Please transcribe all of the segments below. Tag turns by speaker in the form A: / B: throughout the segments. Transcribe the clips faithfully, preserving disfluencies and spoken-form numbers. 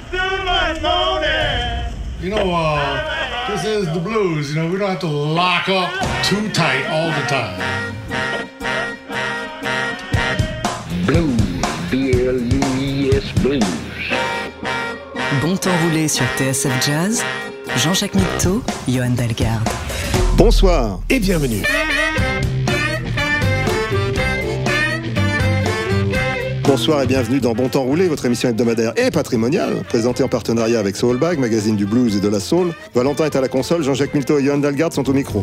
A: too much moaning.
B: You know, uh, this is the blues. You know, we don't have to lock up too tight all the time.
C: Blues, B L U E S Blues.
D: Bon temps roulé sur T S F Jazz, Jean-Jacques Mitteau, Johan Dalgarde.
E: Bonsoir et bienvenue. Bonsoir et bienvenue dans Bon Temps Roulé, votre émission hebdomadaire et patrimoniale, présentée en partenariat avec Soulbag, magazine du blues et de la soul. Valentin est à la console, Jean-Jacques Milteau et Johan Dalgarde sont au micro.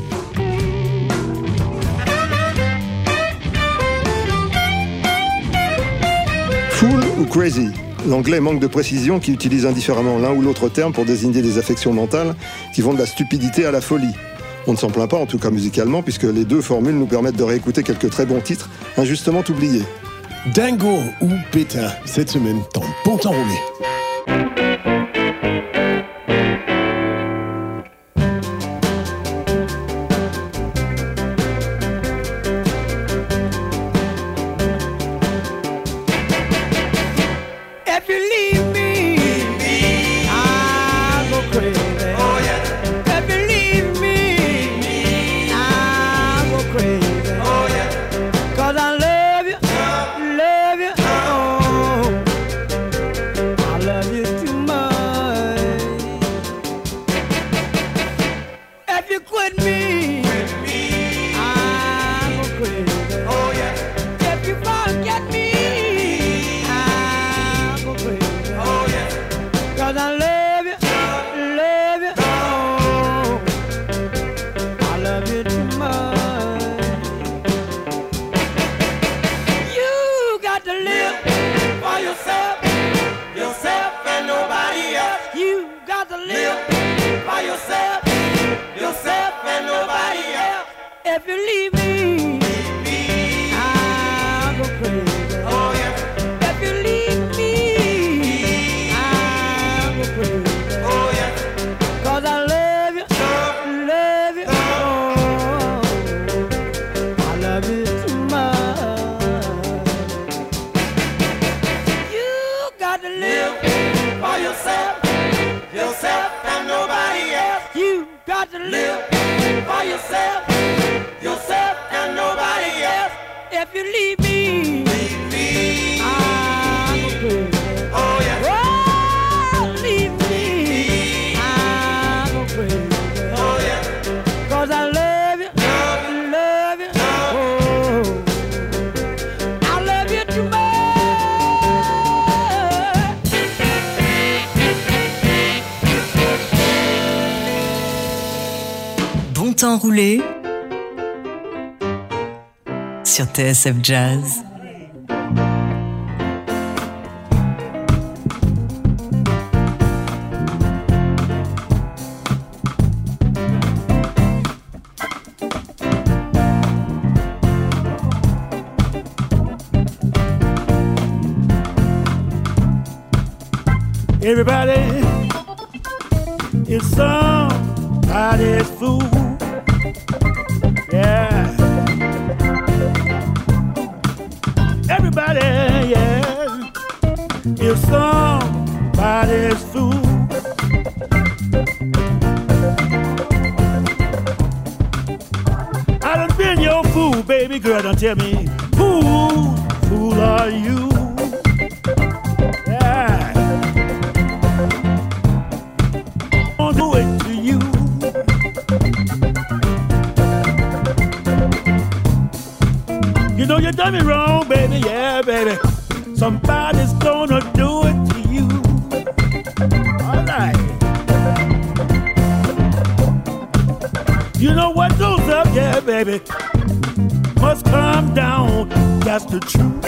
E: Fool ou crazy ? L'anglais manque de précision qui utilise indifféremment l'un ou l'autre terme pour désigner des affections mentales qui vont de la stupidité à la folie. On ne s'en plaint pas, en tout cas musicalement, puisque les deux formules nous permettent de réécouter quelques très bons titres injustement oubliés.
F: Dingo ou Beta, cette semaine dans Bon Temps Roulé.
D: Enroulé sur T S F Jazz.
A: Everybody is somebody's fool. Yeah. Everybody, yeah, is somebody's fool. I done been your fool, baby girl. Don't tell me, who fool are you? Yeah. I'll do it to you. You know you done me wrong, baby, yeah, baby. Somebody's gonna do it to you. All right. You know what goes up, yeah, baby, must come down. That's the truth.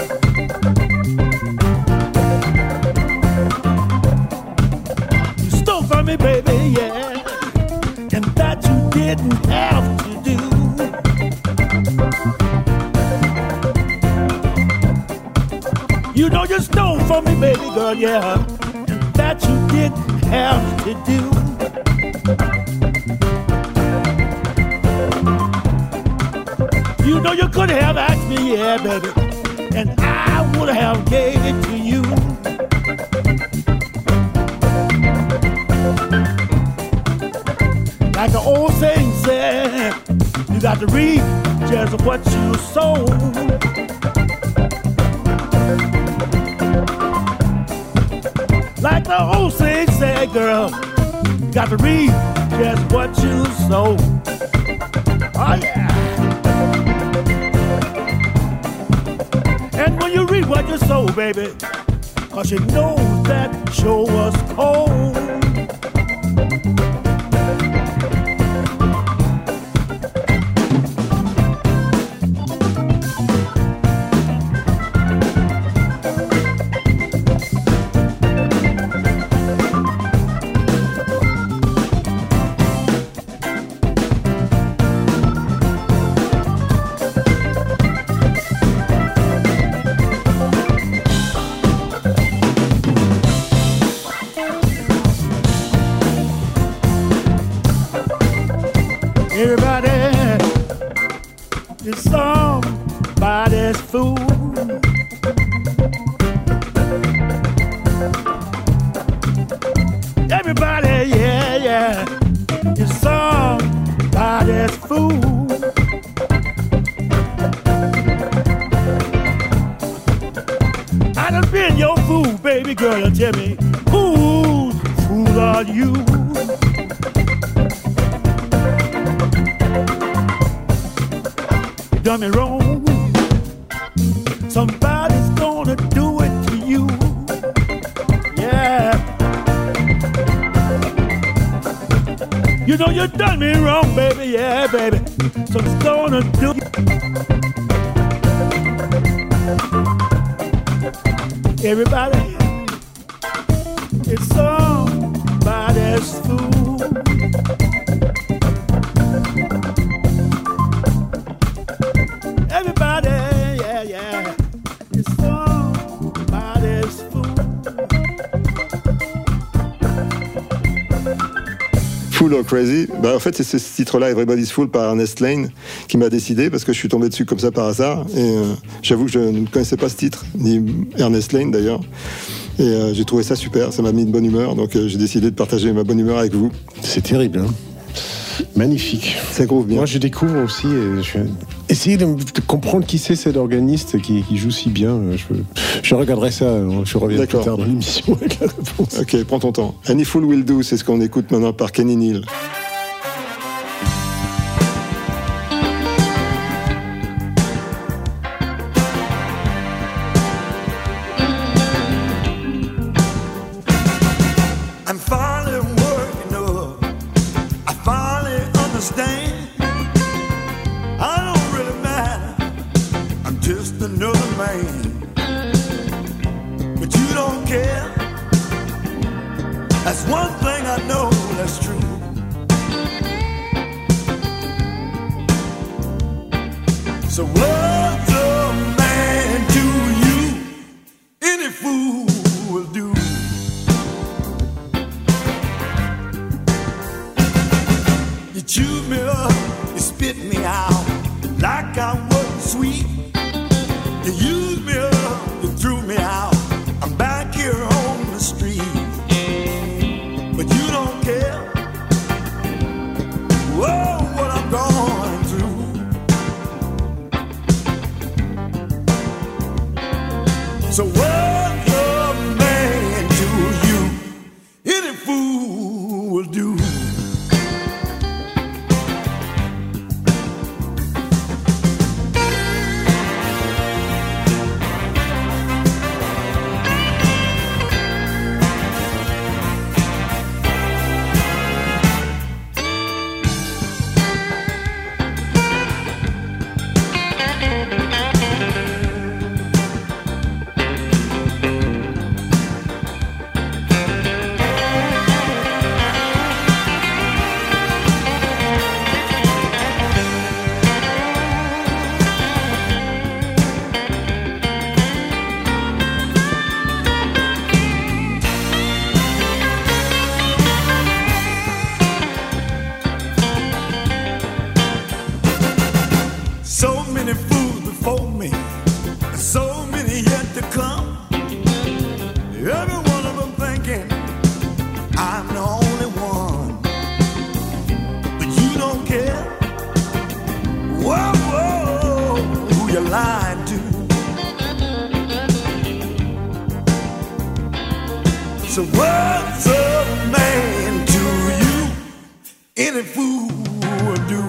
A: You stole from me, baby, yeah, and that you didn't have to do. You know you stole from me, baby girl, yeah, and that you didn't have to do. You know you could have asked me, yeah, baby, and I would have gave it to you. Like the old saying said, you got to reap just what you sow. Like the old saying said, girl, you got to reap just what you sow. Oh yeah. And when you reap what you sow, baby, cause you know that show was cold. Everybody is somebody's fool. Everybody, yeah, yeah, is somebody's fool. I done been your fool, baby girl. Tell me, whose fool are you? Done me wrong. Somebody's gonna do it to you. Yeah. You know you done me wrong, baby. Yeah, baby. Someone's gonna do it. Everybody, it's somebody's fool. Everybody, yeah, yeah, it's somebody's fool.
E: Fool or Crazy, bah en fait c'est ce titre-là, Everybody's Fool, par Ernest Lane, qui m'a décidé parce que je suis tombé dessus comme ça par hasard. Et euh, j'avoue que je ne connaissais pas ce titre, ni Ernest Lane d'ailleurs. Et euh, j'ai trouvé ça super, ça m'a mis de bonne humeur, donc euh, j'ai décidé de partager ma bonne humeur avec vous.
F: C'est terrible, hein. Magnifique.
E: Ça groove bien.
F: Moi, je découvre aussi. Et je vais essayer de, de comprendre qui c'est cet organiste qui, qui joue si bien. Je, je regarderai ça. Je reviens
E: D'accord.
F: plus tard dans l'émission avec la réponse.
E: Ok, prends ton temps. Any Fool Will Do, c'est ce qu'on écoute maintenant par Kenny Neal.
A: I'm finally working up. I finally understand. I don't really matter. I'm just another man. But you don't care. That's one thing I know that's true. So what's a man to you? Any fool will do. You chewed me up, you spit me out like I wasn't sweet. You used me up, you threw me out. I'm back here on the street, but you don't care. Whoa, what I'm going through. So what's a man to you? Any fool will do. So what's a man to you? Any fool will do.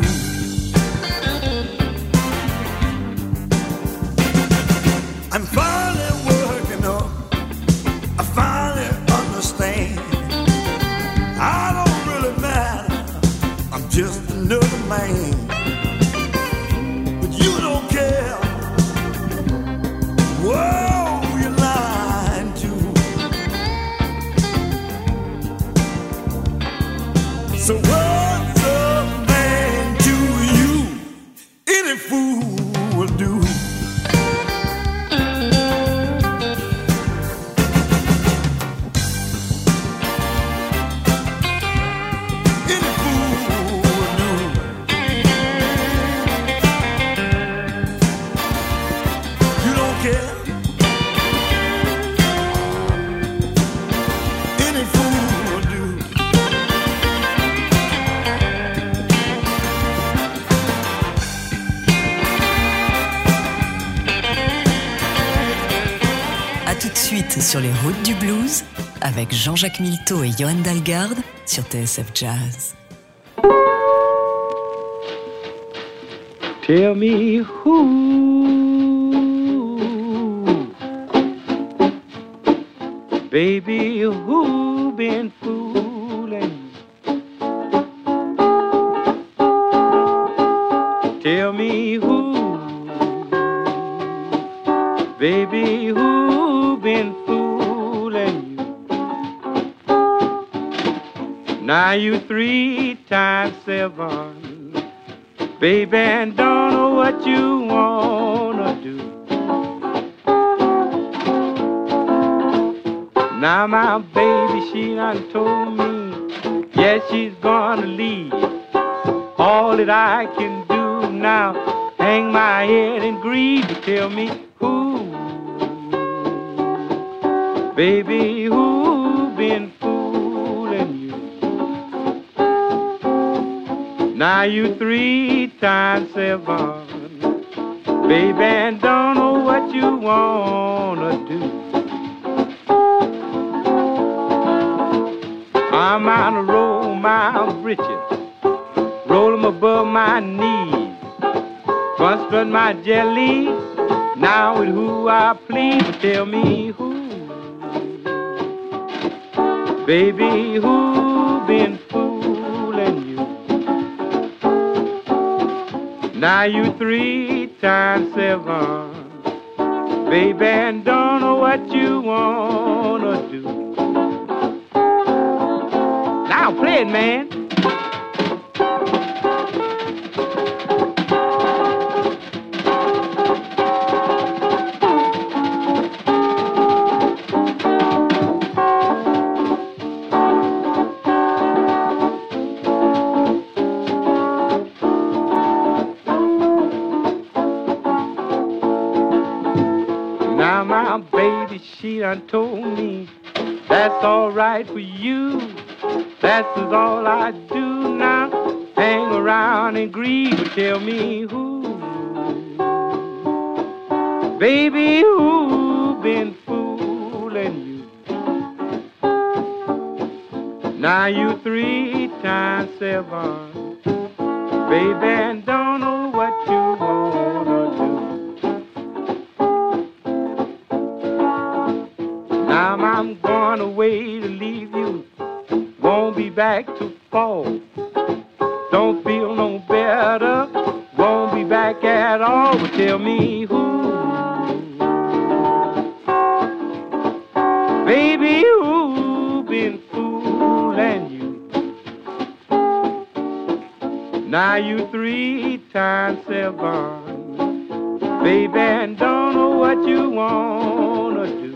A: I'm finally working up. I finally understand. I don't really matter. I'm just another man. But you don't care. Whoa, you're lying too. So what's a man to you? Any fool will do.
D: Sur les routes du blues avec Jean-Jacques Milteau et Johan Dalgarde sur T S F Jazz.
G: Tell me who, baby, who been fooling? Tell me who, baby, who been fooling you? Now you three times seven, baby, and don't know what you wanna do. Now my baby, she done told me, yes, she's gonna leave. All that I can do now, hang my head and grieve. Tell me who, baby, who been fooling you? Now you three times seven, baby, and don't know what you wanna do. I'm out to roll my britches, roll them above my knees, construct my jelly, now with who I please. Tell me who, baby, who been fooling you? Now you three times seven, baby, and don't know what you wanna do. Now play it, man. Now my baby, she done told me that's all right for you. That's all I do now, hang around and grieve. Tell me who, baby, who been fooling you? Now you three times seven, baby, and don't know what you wanna do. Now I'm going away to leave you, won't be back to fall. Don't feel no better, won't be back at all. But tell me who, baby, who been fooling you? Now you three times seven, baby, and don't know what you wanna do.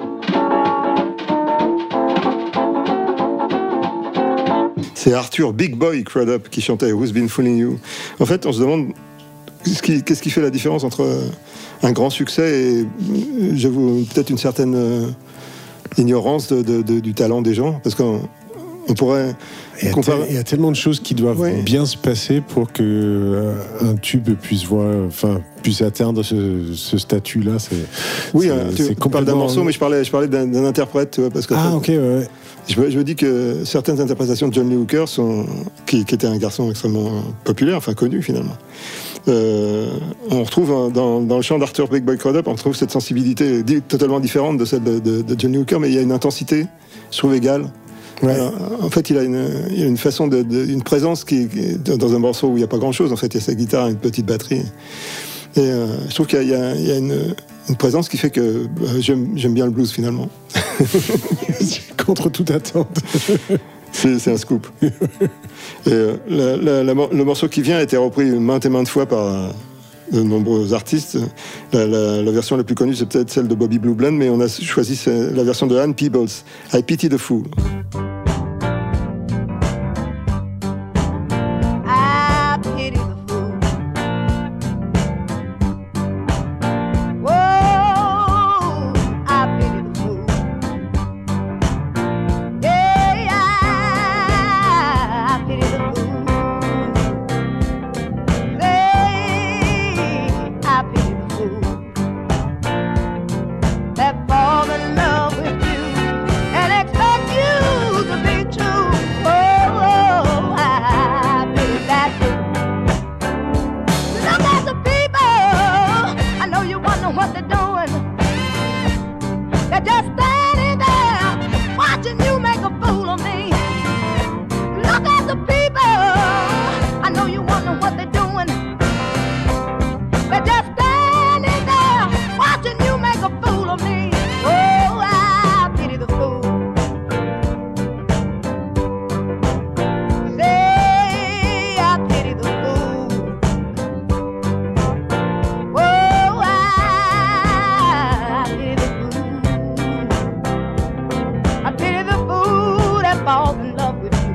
E: C'est Arthur Big Boy Crudup qui chantait Who's Been Fooling You. En fait, on se demande qu'est-ce qui, qu'est-ce qui fait la différence entre un grand succès et, j'avoue, peut-être une certaine ignorance de, de, de, du talent des gens. Parce qu'on on pourrait
F: Il y, a
E: comparer...
F: tel- il y a tellement de choses qui doivent
E: Oui.
F: bien se passer pour que euh, un tube puisse voir, enfin, puisse atteindre ce, ce statut-là. C'est,
E: Oui,
F: c'est,
E: hein, tu,
F: c'est
E: tu parles d'un
F: complètement-
E: morceau, mais je parlais, je parlais d'un, d'un interprète, tu vois, parce que
F: Ah, ok, ouais, ouais.
E: je, me- je me dis que certaines interprétations de John Lee Hooker, sont, qui, qui était un garçon extrêmement populaire, enfin connu finalement, euh, on retrouve hein, dans, dans le chant d'Arthur Big Boy Crudup, on retrouve cette sensibilité di- totalement différente de celle de, de, de John Lee Hooker, mais il y a une intensité, je trouve, égale.
F: Ouais.
E: Alors, en fait, il a une, il a une façon de, de- une présence qui, qui dans un morceau où il n'y a pas grand-chose. En fait, il y a sa guitare, une petite batterie. Et euh, je trouve qu'il y a, il y a, il y a une, une présence qui fait que euh, j'aime, j'aime bien le blues finalement.
F: Contre toute attente.
E: C'est, c'est un scoop. Et euh, la- la- la mor- le morceau qui vient a été repris maintes et maintes fois par euh, de nombreux artistes. La, la- la version la plus connue, c'est peut-être celle de Bobby Blue Bland, mais on a choisi c'est la version de Ann Peebles, I Pity the Fool.
H: I pity the fool. Whoa, I pity the fool. Yeah, I pity the fool. Say, I pity the fool that fall in love with you and expect you to be true. Oh, I pity that fool. Look at the people. I know you wonder what they're doing. They're just standing there watching you make a fool of me. Look at the people. I know you wonder what they're doing. They're just standing there watching you make a fool of me. Oh, I pity the fool. Say, I pity the fool. Oh, I pity the fool. I pity the fool that falls in love with you.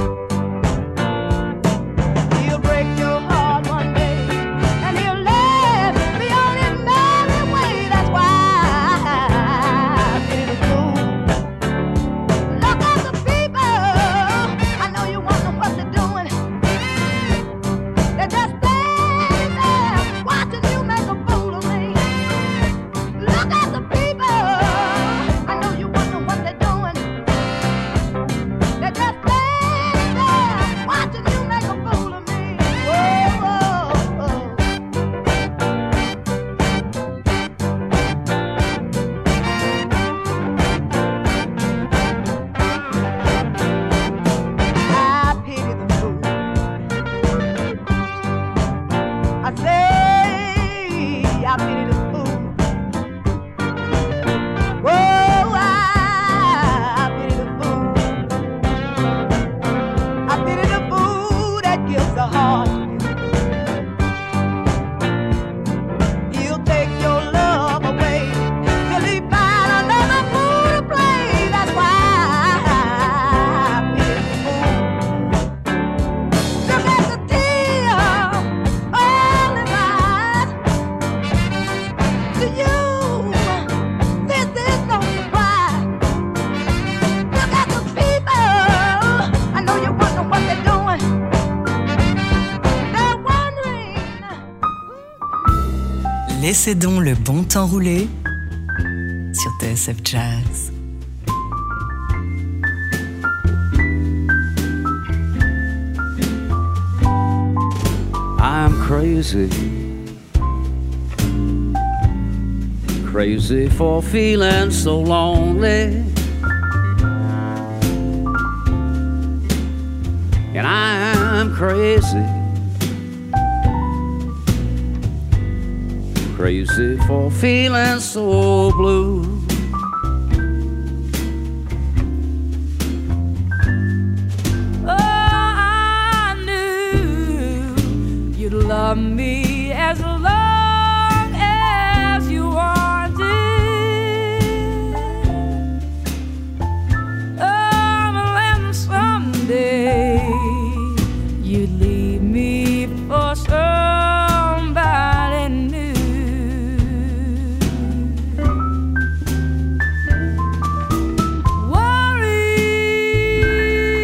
H: He'll break your heart one day, and he'll let the only merry way. That's why I pity the fool. Look at the people. I know you wonder what they're doing. They're just standing there watching you make a fool of me. Look at the people. I know you wonder what they're doing. They're just standing there watching you make a fool of me. Whoa, whoa, whoa. I pity the fool. I say, I pity the fool. Whoa, I pity the fool. I pity the fool that gives a heart to you. He'll take your love away till he find another fool to play. That's why I pity the fool. Look at the tears all in my eyes. To you, this is no surprise. Look at the people. I know you wonder what they're doing. They're wondering.
D: Laissez donc le bon temps rouler sur T S F Jazz.
I: I'm crazy, crazy for feeling so lonely. And I'm crazy, crazy for feeling so blue.
J: Oh, I knew you'd love me as long as you wanted. Oh, but then someday you'd leave me for somebody new. Worry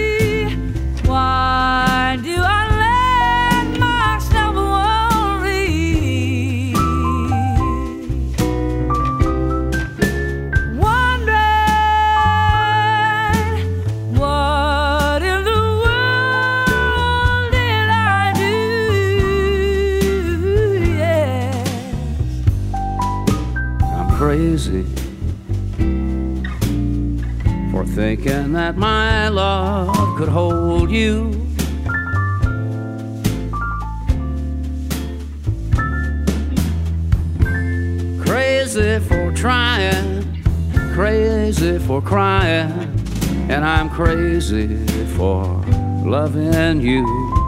I: thinking that my love could hold you. Crazy for trying, crazy for crying, and I'm crazy for loving you.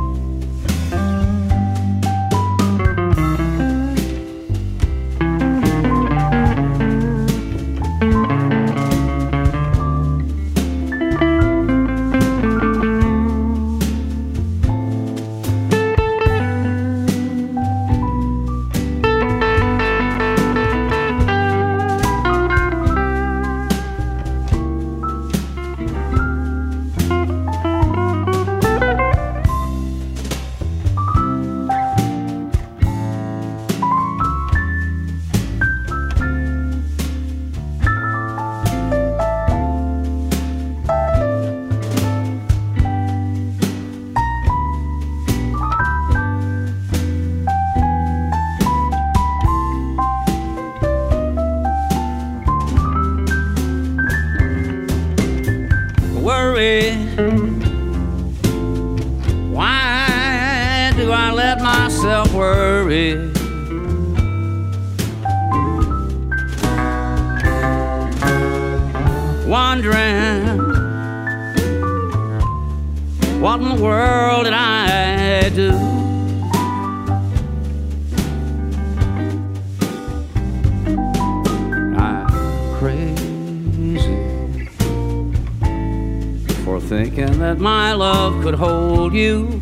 I: Worry, why do I let myself worry? Wondering what in the world did I do? I'm crazy for thinking that my love could hold you.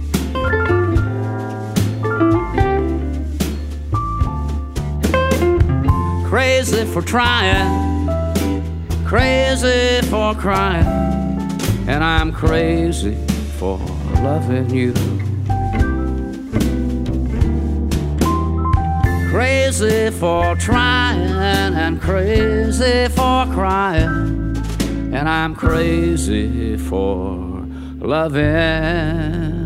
I: Crazy for trying, crazy for crying, and I'm crazy for loving you. Crazy for trying and crazy for crying, and I'm crazy for loving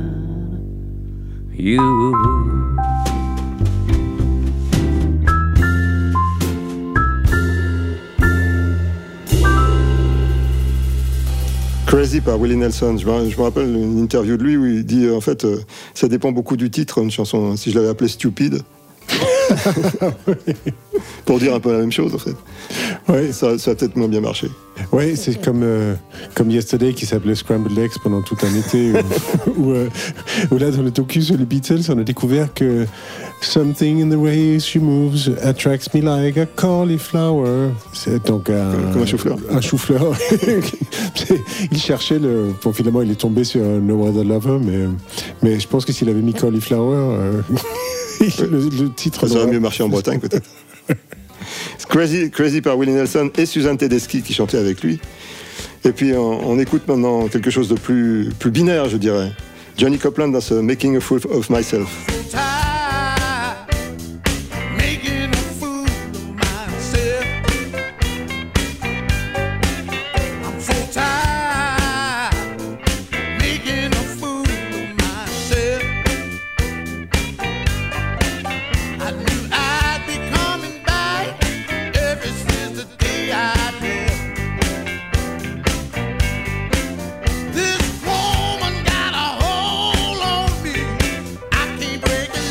I: you.
E: Crazy par Willie Nelson. Je me, je me rappelle une interview de lui où il dit euh, en fait, euh, ça dépend beaucoup du titre, une chanson. Si je l'avais appelée Stupid, pour dire un peu la même chose en fait.
F: Ouais.
E: Ça, ça a peut-être moins bien marché.
F: Ouais, c'est comme, euh, comme Yesterday qui s'appelait Scrambled Eggs pendant tout un été. où, où, euh, où là, dans le docu sur les Beatles, on a découvert que Something in the way she moves attracts me like a cauliflower. C'est donc un,
E: comme un chou-fleur.
F: Un chou-fleur. Il cherchait le. Bon, finalement, il est tombé sur No Other Lover, mais, mais je pense que s'il avait mis cauliflower, euh, le, le titre.
E: Ça aurait mieux marché en Bretagne, peut-être. Crazy, Crazy par Willie Nelson et Suzanne Tedeschi qui chantait avec lui. Et puis on, on écoute maintenant quelque chose de plus, plus binaire, je dirais. Johnny Copeland dans ce Making a Fool of Myself.
A: This woman got a hold on me. I can't break it.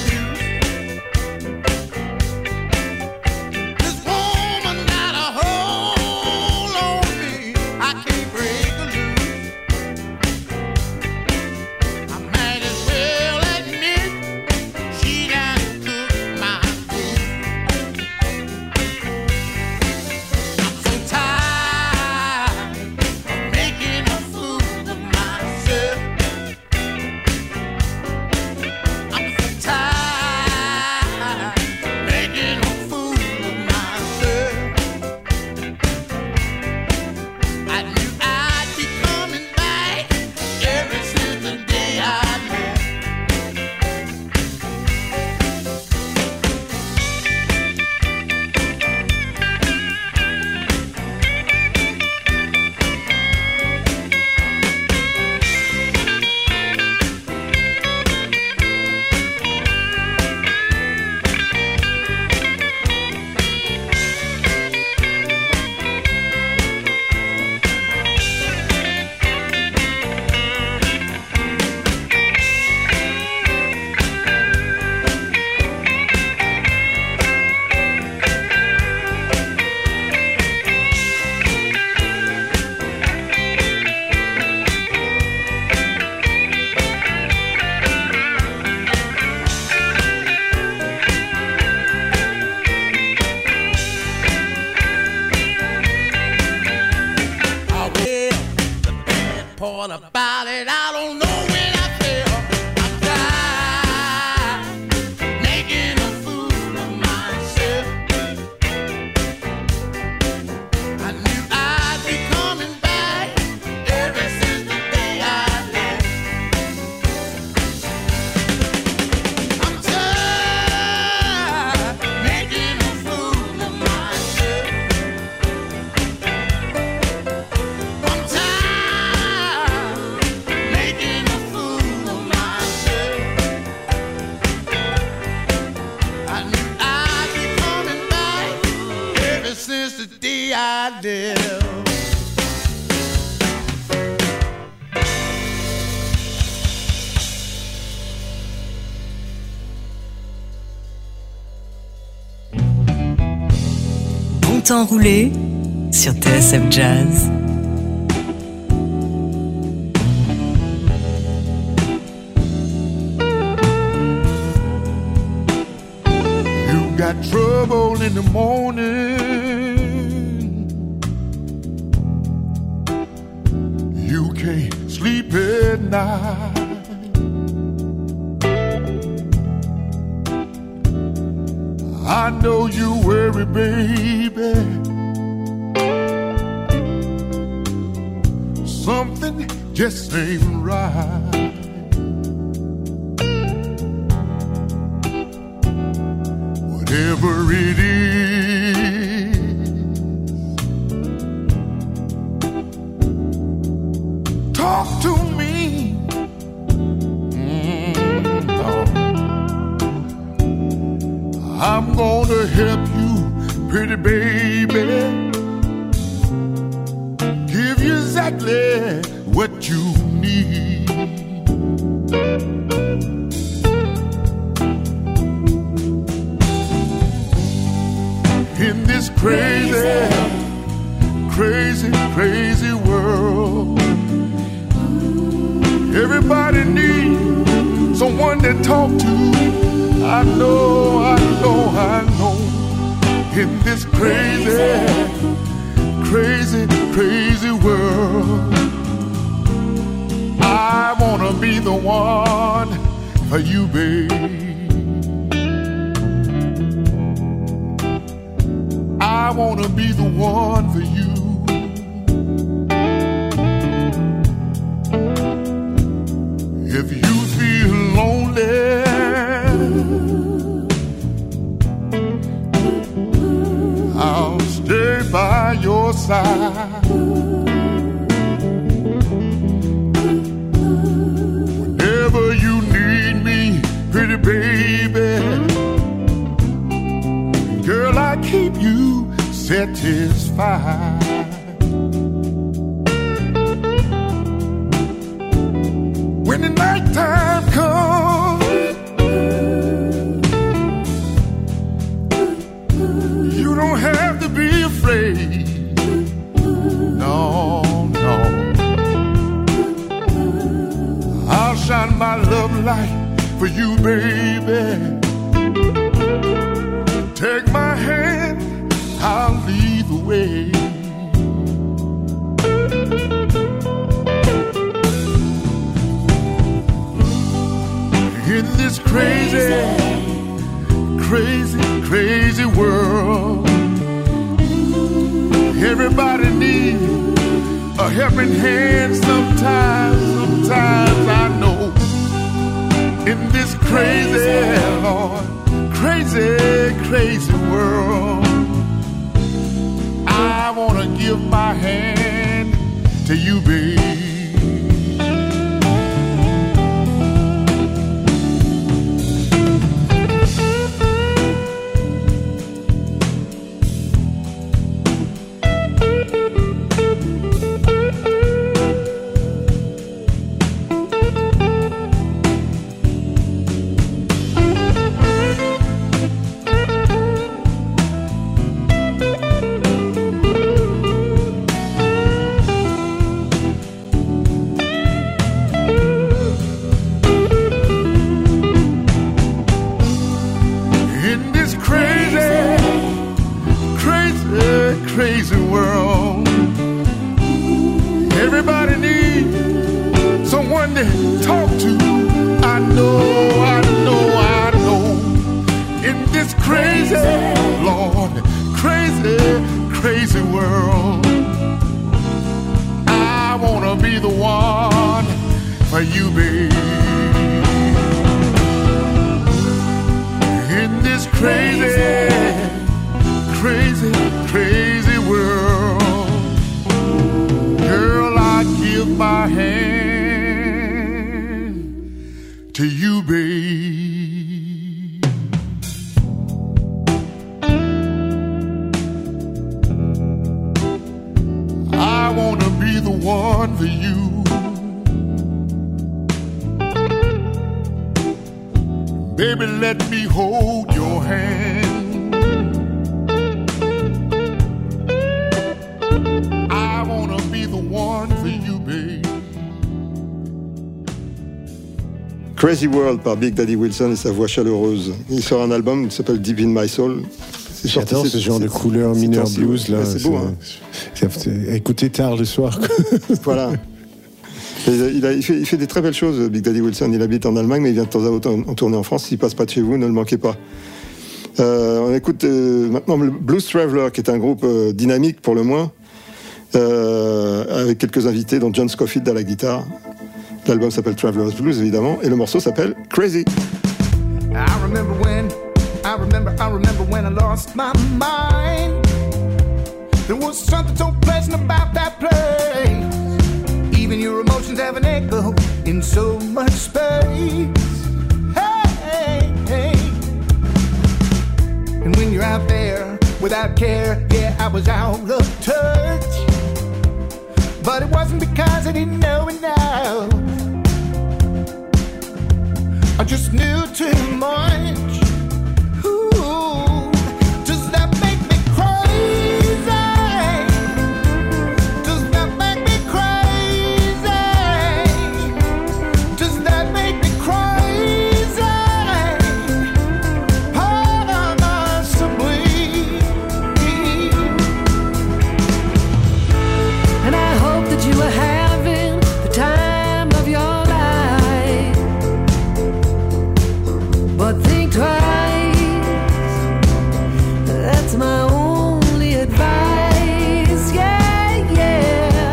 K: report about it. I don't know when I feel I'm tired, making a fool of myself. I knew I'd be coming back ever since the day I left. I'm tired, making a fool of myself. I'm tired, making a fool of myself. I knew I'd be coming back ever since the day I left.
D: Bon temps roulé sur T S F Jazz.
A: You got trouble in the morning. You can't sleep at night. I know you worry, baby. Something just ain't right. Whatever it is, talk to me. Mm, no. I'm gonna help you, pretty baby. Give you exactly what you need. In this crazy, crazy, crazy world, everybody needs someone to talk to. I know, I know, I know. In this crazy, crazy, crazy world, I wanna be the one for you, babe. I wanna be the one for you. If you feel lonely, I'll stay by your side. Whenever you need me, pretty baby, girl, I keep you satisfied. When the nighttime comes, you don't have to be afraid. No, no. I'll shine my love light for you, baby. Take my hand, I'll lead the way. In this crazy, crazy, crazy world, everybody needs a helping hand sometimes, sometimes I know. In this crazy, Lord, crazy, crazy world, I wanna give my hand to you, babe.
K: wanna be the one for you, babe. In this crazy, crazy, crazy world, girl, I give my hand to you, babe. I wanna be the one for you. Baby, let me hold your hand. I wanna be the one for you, babe.
E: Crazy World par Big Daddy Wilson et sa voix chaleureuse. Il sort un album qui s'appelle Deep in My Soul.
F: J'adore ce genre de couleur mineur blues là.
E: Ouais, c'est beau, hein.
F: C'est écouter tard le soir.
E: Voilà. Et il, a, il, fait, il fait des très belles choses, Big Daddy Wilson. Il habite en Allemagne, mais il vient de temps à autre en, en tournée en France. S'il passe pas de chez vous, ne le manquez pas. Euh, on écoute euh, maintenant le Blues Traveler, qui est un groupe euh, dynamique pour le moins, euh, avec quelques invités, dont John Scofield à la guitare. L'album s'appelle Traveler's Blues, évidemment, et le morceau s'appelle Crazy.
K: I remember when, I remember, I remember when I lost my mind. There was something so pleasant about that place. Even your emotions have an echo in so much space. Hey, hey. And when you're out there without care, yeah, I was out of touch. But it wasn't because I didn't know enough. I just knew too much. Ooh, does that make me crazy? Does that make me crazy? Does that make me crazy? Possibly.
J: And I hope that you are having the time of your life. But think twice. That's my only advice. Yeah, yeah.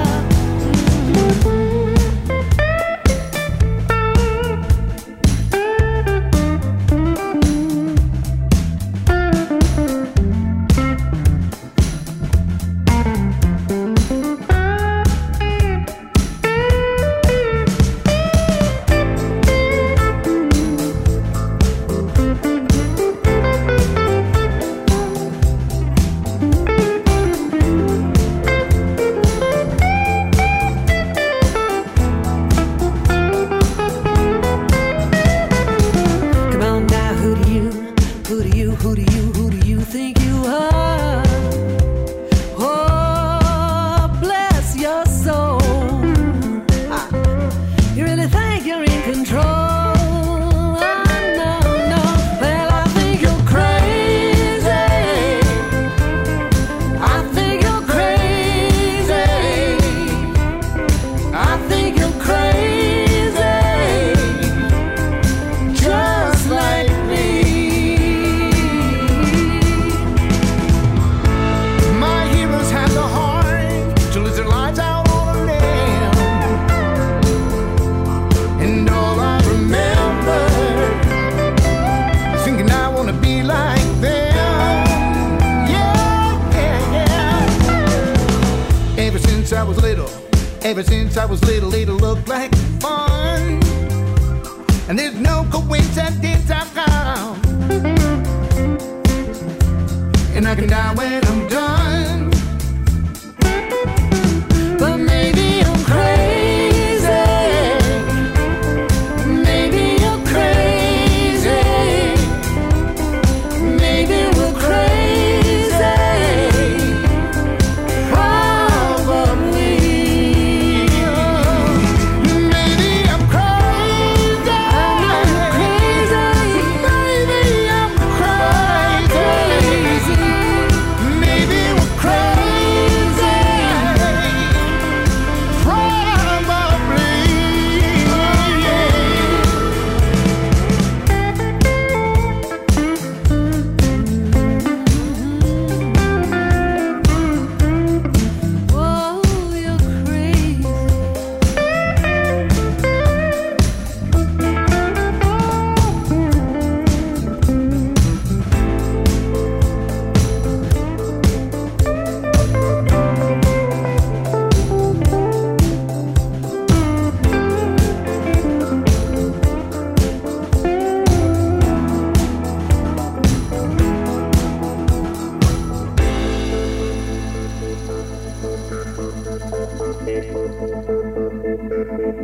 J: Come on now, who do you, who do you, who do you, who do you think you are? Oh, bless your soul. Ah, you really think you're in control? Oh, no, no. Well, I think you're crazy. I think you're crazy. I think you're crazy. Just like me.
K: My heroes had the heart to lose their lives out on a limb. And all I remember is thinking I want to be like them. Yeah, yeah, yeah. Ever since I was little, ever since I was little, it'll look like fun. And there's no coincidence I've found. And I can die when I'm done.
J: But maybe I'm crazy. Maybe you're crazy. Maybe we're crazy. Probably.
K: Maybe I'm crazy.
J: I'm crazy.
K: Maybe I'm crazy. Maybe we're crazy.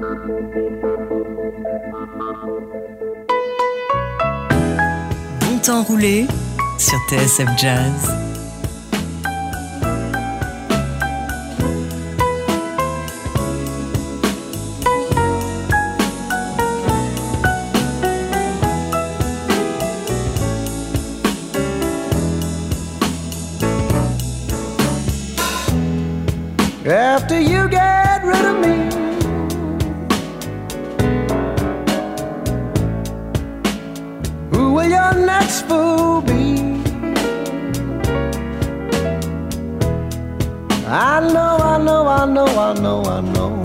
D: Bon temps roulé sur T S F Jazz.
K: After you get rid of me, who will your next fool be? I know, I know, I know, I know, I know.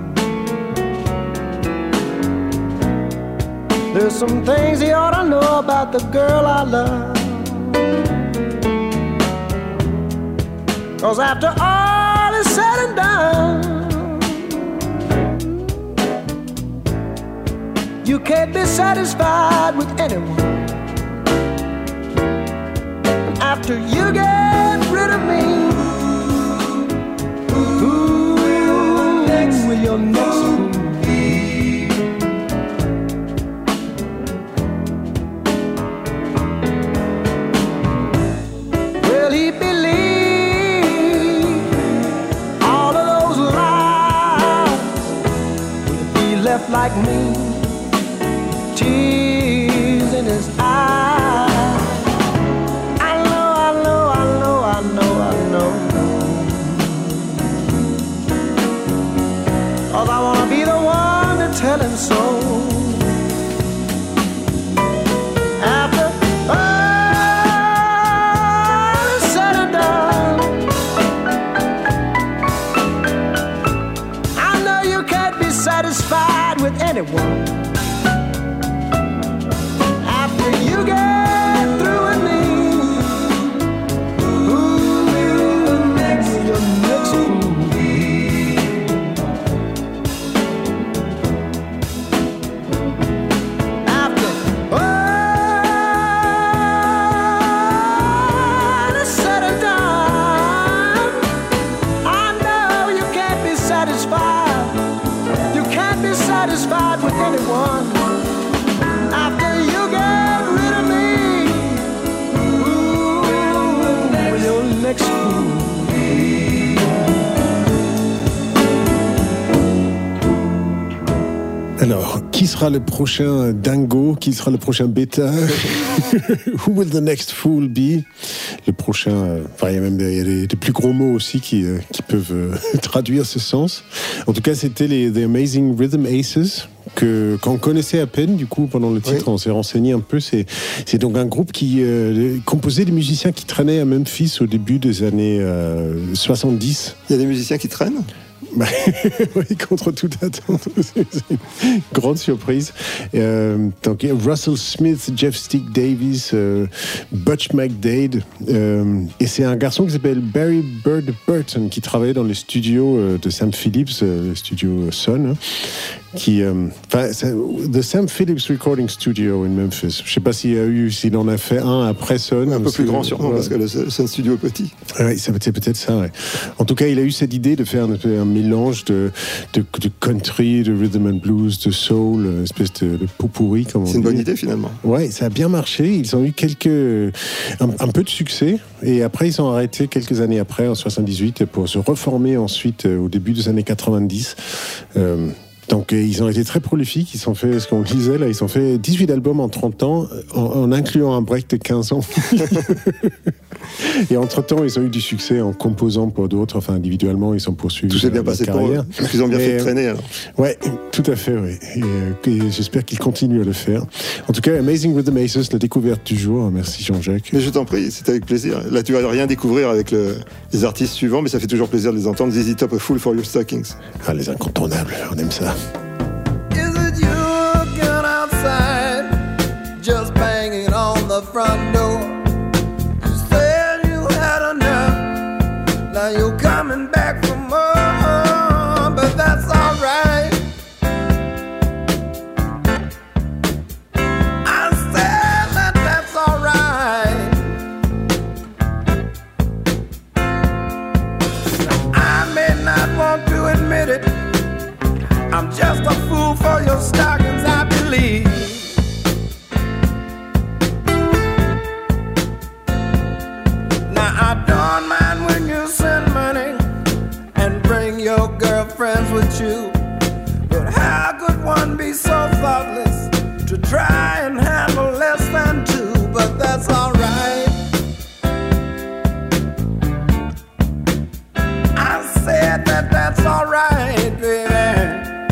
K: There's some things you ought to know about the girl I love. 'Cause after all is said and done, you can't be satisfied with anyone. After you get rid of me, who will next will your next fool be? Will he believe all of those lies? Will he be left like me? Tears in his eyes. I know, I know, I know, I know, I know. 'Cause I wanna be the one to tell him so. After all is said and done, I know you can't be satisfied with anyone. You get through with me, who will next your next fool be? After all is said and done, I know you can't be satisfied. You can't be satisfied with anyone. After you get rid of me, who will your next fool be?
F: Alors, qui sera le prochain dingo? Qui sera le prochain bêta? Who will the next fool be? Le prochain, euh, enfin, il y a même des, il y a des, des plus gros mots aussi qui, euh, qui peuvent euh, traduire ce sens. En tout cas, c'était les The Amazing Rhythm Aces, que, qu'on connaissait à peine, du coup, pendant le titre, oui. On s'est renseigné un peu. C'est, c'est donc un groupe qui euh, composait des musiciens qui traînaient à Memphis au début des années euh, soixante-dix.
E: Il y a des musiciens qui traînent?
F: Bah, oui, contre toute attente, c'est une grande surprise. Euh, donc, Russell Smith, Jeff Stick Davis, euh, Butch McDade, euh, et c'est un garçon qui s'appelle Barry Bird Burton qui travaillait dans les studios euh, de Sam Phillips, euh, le studio Sun, hein, qui, euh, the Sam Phillips Recording Studio in Memphis. Je sais pas s'il y a eu, s'il en a fait un après Sun.
E: Un peu plus grand sûrement, ouais. Parce que le Sun Studio est petit.
F: Oui, c'est peut-être ça. Ouais. En tout cas, il a eu cette idée de faire un, un mélange de, de, de country, de rhythm and blues, de soul, une espèce de, de pot-pourri, comme on dit.
E: C'est une bonne idée finalement.
F: Ouais, ça a bien marché. Ils ont eu quelques, un, un peu de succès, et après ils ont arrêté quelques années après, en soixante-dix-huit, pour se reformer ensuite au début des années quatre-vingt-dix. Euh, Donc ils ont été très prolifiques, ils ont fait, ce qu'on disait là, ils ont fait dix-huit albums en trente ans, en, en incluant un break de quinze ans. Et entre-temps, ils ont eu du succès en composant pour d'autres, enfin individuellement, ils ont poursuivi
E: tout s'est bien passé pour eux. Ils ont bien fait de traîner alors.
F: Ouais, tout à fait, oui. Et, et j'espère qu'ils continuent à le faire. En tout cas, Amazing Rhythm Aces, la découverte du jour. Merci Jean-Jacques.
E: Mais je t'en prie, c'est avec plaisir. Là, tu vas rien découvrir avec le, les artistes suivants, mais ça fait toujours plaisir de les entendre. Z Z Top, A Fool for Your Stockings.
F: Ah, les incontournables, on aime ça.
K: Is it you looking outside, just banging on the front door? You said you had enough, now you're coming back for more, but that's alright. I said that that's alright. I may not want to admit it, I'm just just a fool for your stockings, I believe. Now I don't mind when you send money and bring your girlfriends with you, but how could one be so thoughtless to try and handle less than two? But that's alright. I said that that's alright, baby.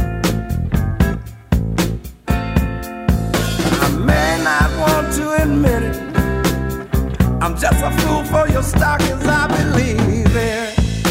K: I may not want to admit it, I'm just a fool for your stockings, I believe it.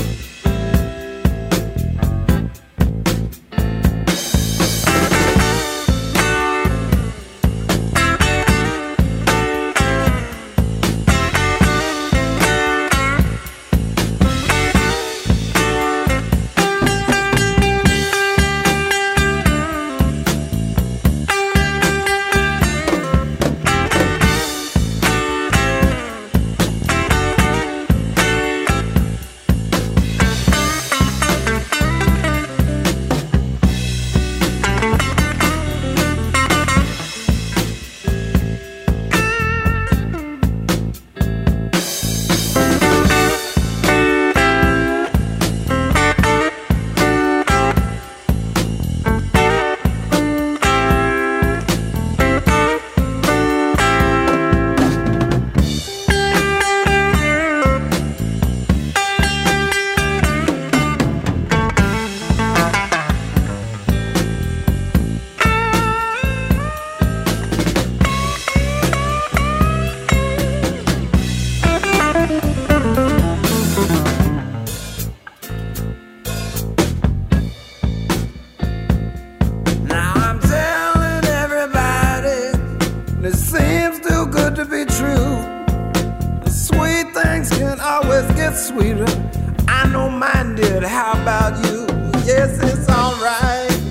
K: Sweeter, I don't mind it. How about you? Yes, it's alright.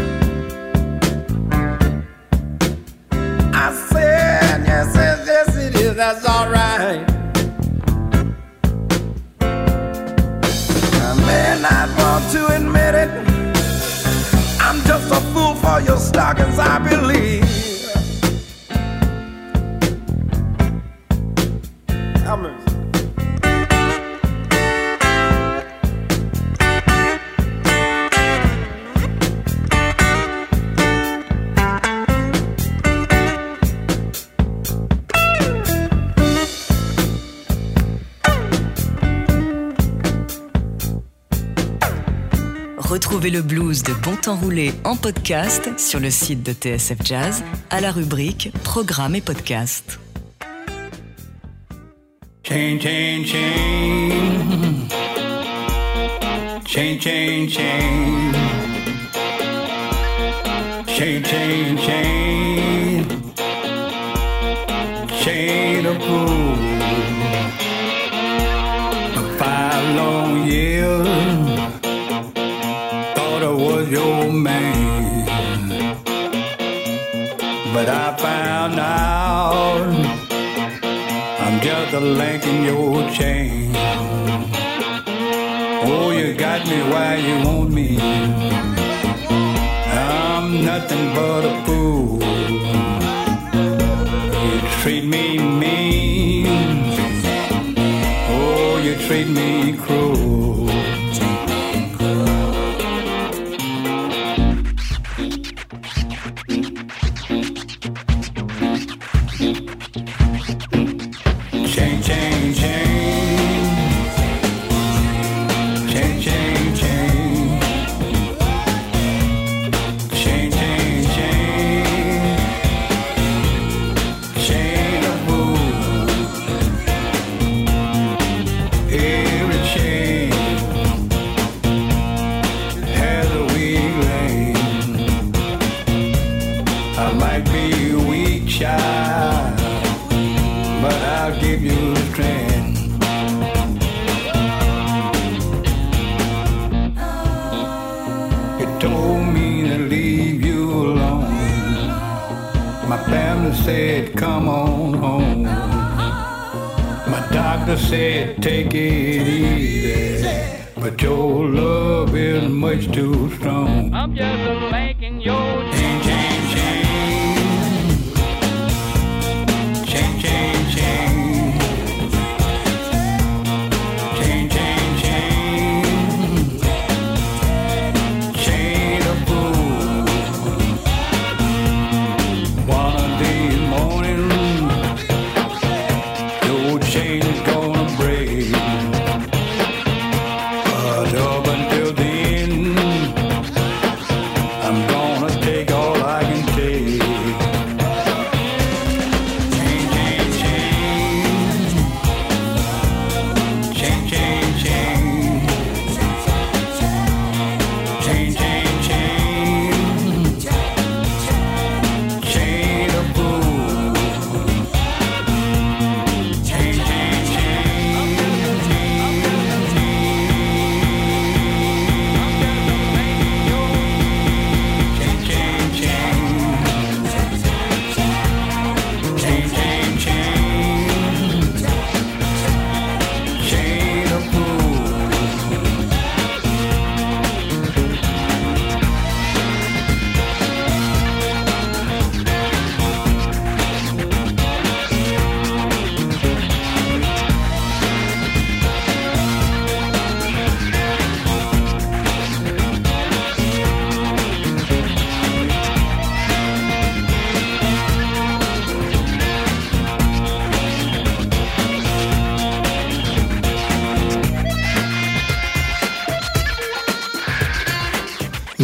K: I said, yes, yes, yes, it is. That's alright. I may not want to admit it, I'm just a fool for your stockings, I believe. Come on.
D: Retrouvez le blues de Bon Temps Roulé en podcast sur le site de T S F Jazz à la rubrique Programmes et podcasts.
L: Chain, chain, chain. Chain, chain, chain. Chain, chain, chain. Chain of gold. Five long years. Was your man, but I found out I'm just a link in your chain. Oh, you got me why you want me. I'm nothing but a fool. You treat me mean. Oh, you treat me cruel. Said, come on home. My doctor said, take it easy, but your love is much too strong. I'm just a lame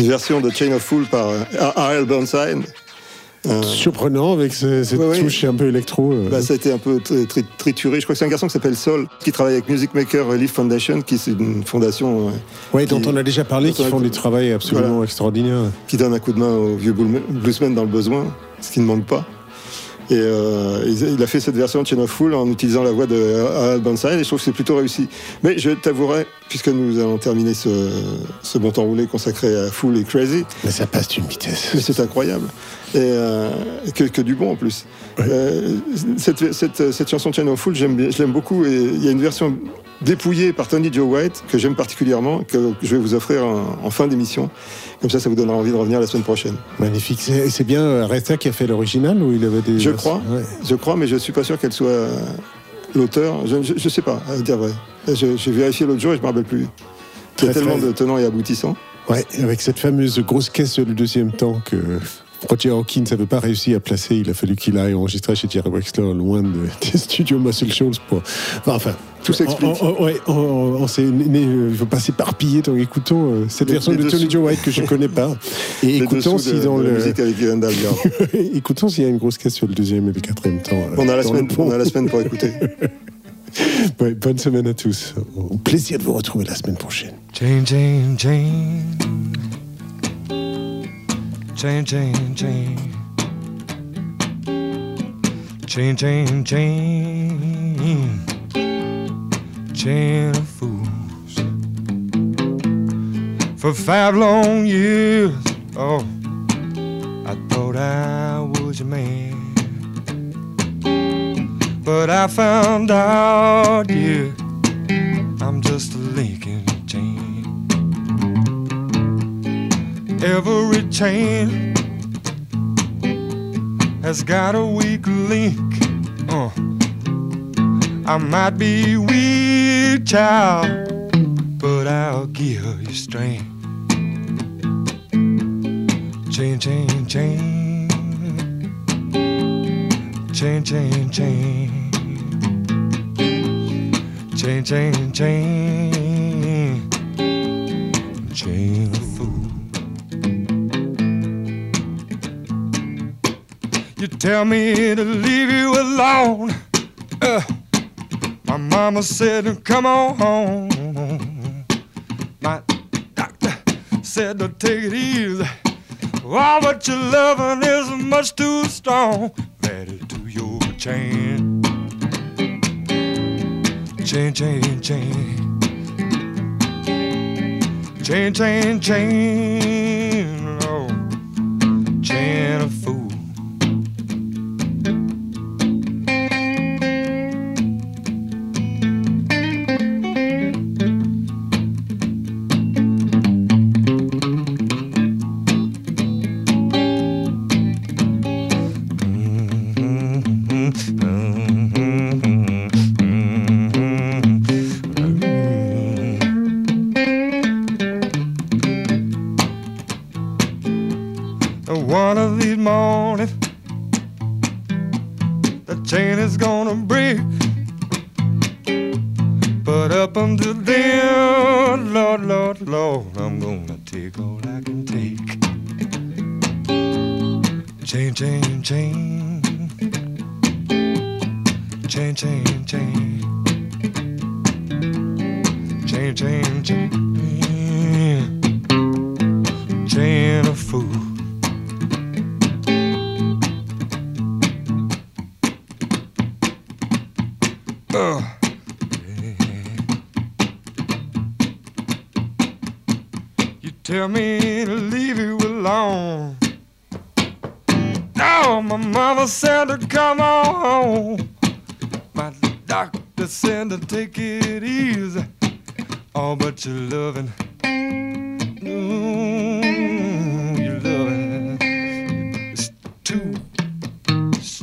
E: version de Chain of Fools par euh, R L Burnside.
F: Euh, Surprenant avec ce, cette ouais, touche ouais. un peu électro. Euh.
E: Bah, ça a été un peu tri- trituré. Je crois que c'est un garçon qui s'appelle Sol, qui travaille avec Music Maker Relief Foundation, qui c'est une fondation. Euh,
F: oui, dont on a déjà parlé, qui font des travaux absolument voilà, extraordinaires.
E: Qui donne un coup de main aux vieux bluesmen dans le besoin, ce qui ne manque pas. Et euh, il a fait cette version de Chain of Fools en utilisant la voix de R L Burnside, et je trouve que c'est plutôt réussi. Mais je t'avouerai, puisque nous allons terminer ce, ce bon temps roulé consacré à Fool et Crazy.
F: Mais ça passe d'une vitesse.
E: Mais c'est incroyable. Et euh, que, que du bon en plus. Ouais. Euh, cette, cette, cette chanson Chain of Fools, j'aime, je l'aime beaucoup, et il y a une version dépouillée par Tony Joe White que j'aime particulièrement, que je vais vous offrir en, en fin d'émission. Comme ça, ça vous donnera envie de revenir la semaine prochaine.
F: Magnifique. C'est, c'est bien Retta qui a fait l'original ou il avait des...
E: Je crois, ouais. je crois, mais je suis pas sûr qu'elle soit l'auteur. Je, je, je sais pas, à dire vrai. Je, j'ai vérifié l'autre jour et je me rappelle plus. Il y a tellement de tenants et aboutissants.
F: Ouais, avec cette fameuse grosse caisse le deuxième temps que Roger Hawkins n'avait pas réussi à placer. Il a fallu qu'il aille enregistrer chez Jerry Wexler, loin de, des studios Muscle Shoals pour... Enfin, enfin
E: tout s'explique.
F: On, on, ouais, on, on, on s'est, il ne faut pas s'éparpiller. Donc écoutons euh, cette les, version les de Tony Joe White que je ne connais pas. Et les écoutons si de, dans de le...
E: musique avec
F: écoutons s'il y a une grosse caisse sur le deuxième et le quatrième temps.
E: On a la, semaine, on a la semaine pour écouter.
F: Ouais, bonne semaine à tous. Au plaisir de vous retrouver la semaine prochaine.
M: Chain, chain, chain. Chain, chain, chain. Chain, chain, chain. Chain of fools. For five long years, oh, I thought I was your man. But I found out, yeah, I'm just a link in the chain. Every chain has got a weak link. Uh, I might be weak, child, but I'll give you strength. Chain, chain, chain. Chain, chain, chain. Chain, chain, chain. Chain of fool. You tell me to leave you alone. Uh, my mama said, come on home. My doctor said to take it easy. Oh, but your loving is much too strong. Add it to your chain. Chain, chain, chain. Chain, chain, chain. Oh, chain of fool. One of these mornings, the chain is gonna break. But up until then, Lord, Lord, Lord, I'm gonna take all I can take. Chain, chain, chain. Chain, chain, chain. Chain, chain, chain. Chain of fool. Uh, yeah. You tell me to leave you alone. No, my mama said to come on home. My doctor said to take it easy. Oh, but you're loving, ooh, you're loving, it's too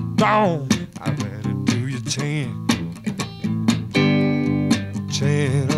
M: strong. I read it to your chain. Chain